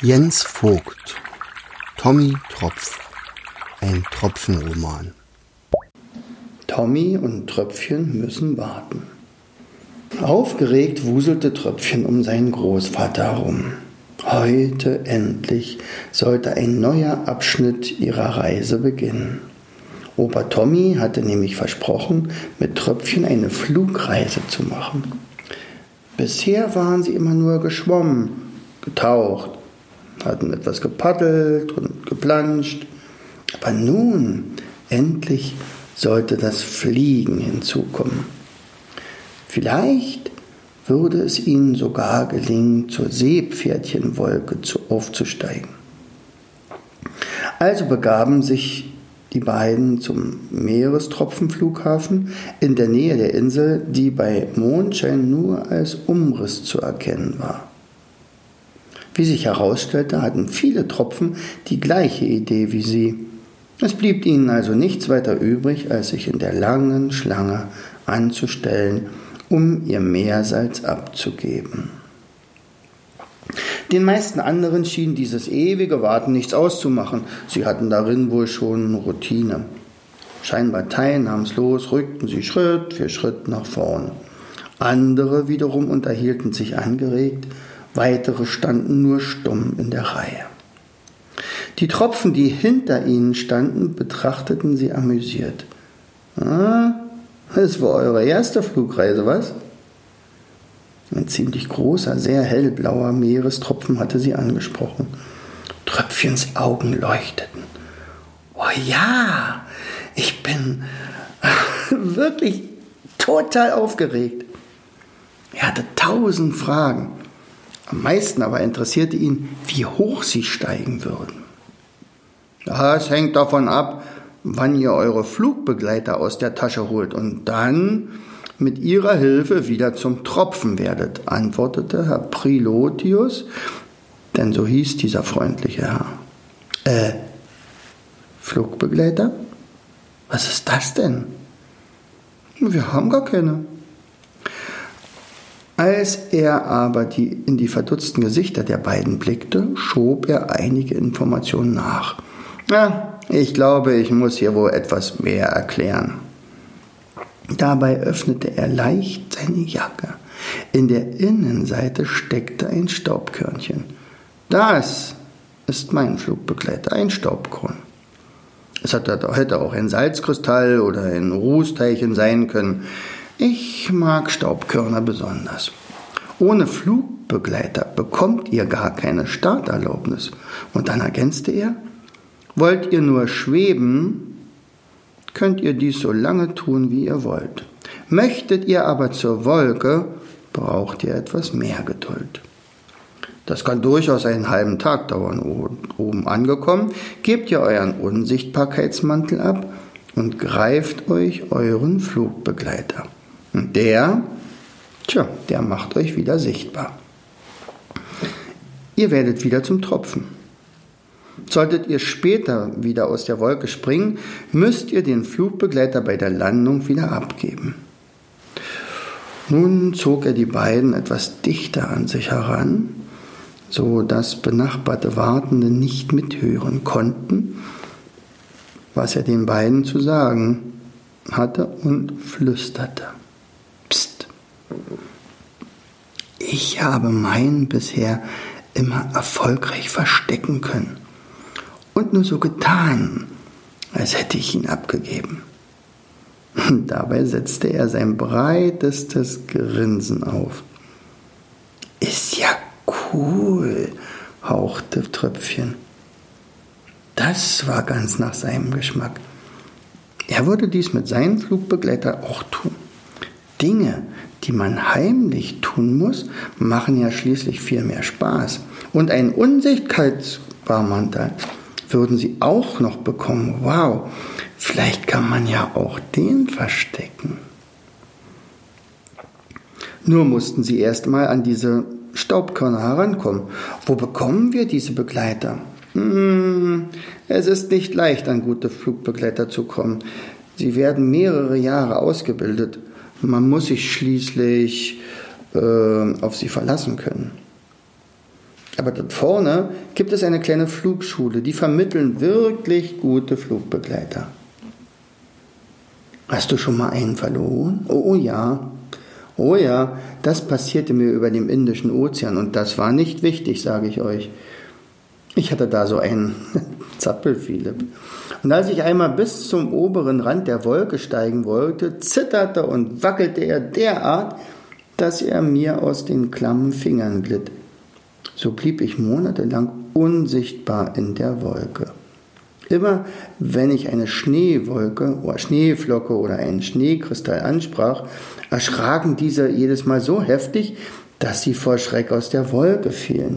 Jens Vogt, Tommy Tropf, ein Tropfenroman. Tommy und Tröpfchen müssen warten. Aufgeregt wuselte Tröpfchen um seinen Großvater herum. Heute endlich sollte ein neuer Abschnitt ihrer Reise beginnen. Opa Tommy hatte nämlich versprochen, mit Tröpfchen eine Flugreise zu machen. Bisher waren sie immer nur geschwommen, getaucht, hatten etwas gepaddelt und geplanscht. Aber nun, endlich, sollte das Fliegen hinzukommen. Vielleicht würde es ihnen sogar gelingen, zur Seepferdchenwolke aufzusteigen. Also begaben sich die beiden zum Meerestropfenflughafen in der Nähe der Insel, die bei Mondschein nur als Umriss zu erkennen war. Wie sich herausstellte, hatten viele Tropfen die gleiche Idee wie sie. Es blieb ihnen also nichts weiter übrig, als sich in der langen Schlange anzustellen, um ihr Meersalz abzugeben. Den meisten anderen schien dieses ewige Warten nichts auszumachen. Sie hatten darin wohl schon Routine. Scheinbar teilnahmslos rückten sie Schritt für Schritt nach vorn. Andere wiederum unterhielten sich angeregt, weitere standen nur stumm in der Reihe. Die Tropfen, die hinter ihnen standen, betrachteten sie amüsiert. Das war eure erste Flugreise, was? Ein ziemlich großer, sehr hellblauer Meerestropfen hatte sie angesprochen. Tröpfchens Augen leuchteten. Oh ja, ich bin wirklich total aufgeregt. Er hatte 1000 Fragen. Am meisten aber interessierte ihn, wie hoch sie steigen würden. Das hängt davon ab, wann ihr eure Flugbegleiter aus der Tasche holt und dann mit ihrer Hilfe wieder zum Tropfen werdet, antwortete Herr Prilotius, denn so hieß dieser freundliche Herr. Flugbegleiter? Was ist das denn? Wir haben gar keine. Als er aber in die verdutzten Gesichter der beiden blickte, schob er einige Informationen nach. Ja, ich glaube, ich muss hier wohl etwas mehr erklären. Dabei öffnete er leicht seine Jacke. In der Innenseite steckte ein Staubkörnchen. Das ist mein Flugbegleiter, ein Staubkorn. Es hätte auch ein Salzkristall oder ein Rußteilchen sein können. Ich mag Staubkörner besonders. Ohne Flugbegleiter bekommt ihr gar keine Starterlaubnis. Und dann ergänzte er, wollt ihr nur schweben, könnt ihr dies so lange tun, wie ihr wollt. Möchtet ihr aber zur Wolke, braucht ihr etwas mehr Geduld. Das kann durchaus einen halben Tag dauern. Oben angekommen, gebt ihr euren Unsichtbarkeitsmantel ab und greift euch euren Flugbegleiter. Und der macht euch wieder sichtbar. Ihr werdet wieder zum Tropfen. Solltet ihr später wieder aus der Wolke springen, müsst ihr den Flugbegleiter bei der Landung wieder abgeben. Nun zog er die beiden etwas dichter an sich heran, so dass benachbarte Wartende nicht mithören konnten, was er den beiden zu sagen hatte, und flüsterte. Psst! Ich habe meinen bisher immer erfolgreich verstecken können und nur so getan, als hätte ich ihn abgegeben. Und dabei setzte er sein breitestes Grinsen auf. Ist ja cool, hauchte Tröpfchen. Das war ganz nach seinem Geschmack. Er würde dies mit seinem Flugbegleiter auch tun. Dinge, die man heimlich tun muss, machen ja schließlich viel mehr Spaß. Und einen Unsichtbarkeitsmantel würden sie auch noch bekommen. Wow, vielleicht kann man ja auch den verstecken. Nur mussten sie erst mal an diese Staubkörner herankommen. Wo bekommen wir diese Begleiter? Es ist nicht leicht, an gute Flugbegleiter zu kommen. Sie werden mehrere Jahre ausgebildet. Man muss sich schließlich auf sie verlassen können. Aber dort vorne gibt es eine kleine Flugschule, die vermitteln wirklich gute Flugbegleiter. Hast du schon mal einen verloren? Oh ja. Oh ja, das passierte mir über dem Indischen Ozean und das war nicht wichtig, sage ich euch. Ich hatte da so einen Zappel-Philipp. Und als ich einmal bis zum oberen Rand der Wolke steigen wollte, zitterte und wackelte er derart, dass er mir aus den klammen Fingern glitt. So blieb ich monatelang unsichtbar in der Wolke. Immer wenn ich eine Schneewolke oder Schneeflocke oder einen Schneekristall ansprach, erschraken diese jedes Mal so heftig, dass sie vor Schreck aus der Wolke fielen.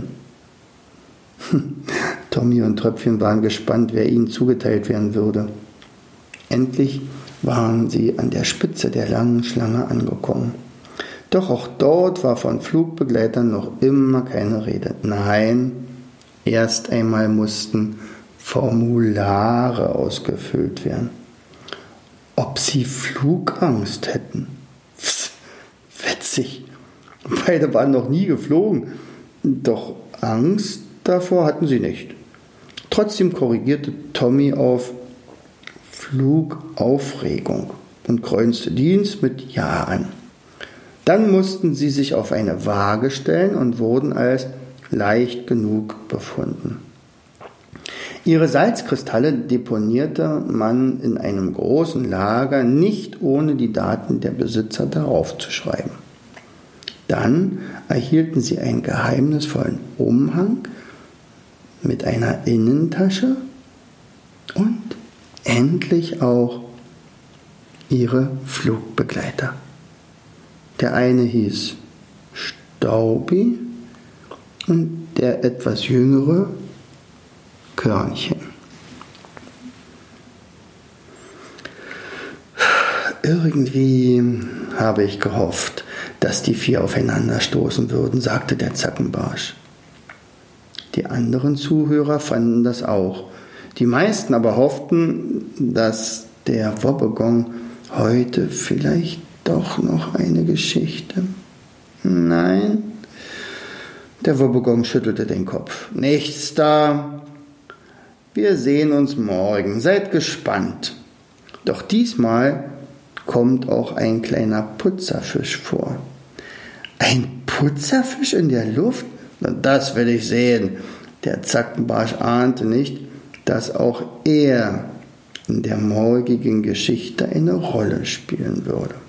Tommy und Tröpfchen waren gespannt, wer ihnen zugeteilt werden würde. Endlich waren sie an der Spitze der langen Schlange angekommen. Doch auch dort war von Flugbegleitern noch immer keine Rede. Nein, erst einmal mussten Formulare ausgefüllt werden. Ob sie Flugangst hätten? Pff, witzig. Beide waren noch nie geflogen. Doch Angst davor hatten sie nicht. Trotzdem korrigierte Tommy auf Flugaufregung und kreuzte Dienst mit Ja an. Dann mussten sie sich auf eine Waage stellen und wurden als leicht genug befunden. Ihre Salzkristalle deponierte man in einem großen Lager, nicht ohne die Daten der Besitzer darauf zu schreiben. Dann erhielten sie einen geheimnisvollen Umhang mit einer Innentasche und endlich auch ihre Flugbegleiter. Der eine hieß Staubi und der etwas jüngere Körnchen. Irgendwie habe ich gehofft, dass die 4 aufeinander stoßen würden, sagte der Zackenbarsch. Die anderen Zuhörer fanden das auch. Die meisten aber hofften, dass der Wobbegong heute vielleicht doch noch eine Geschichte. Nein, der Wobbegong schüttelte den Kopf. Nichts da. Wir sehen uns morgen. Seid gespannt. Doch diesmal kommt auch ein kleiner Putzerfisch vor. Ein Putzerfisch in der Luft? Das will ich sehen. Der Zackenbarsch ahnte nicht, dass auch er in der morgigen Geschichte eine Rolle spielen würde.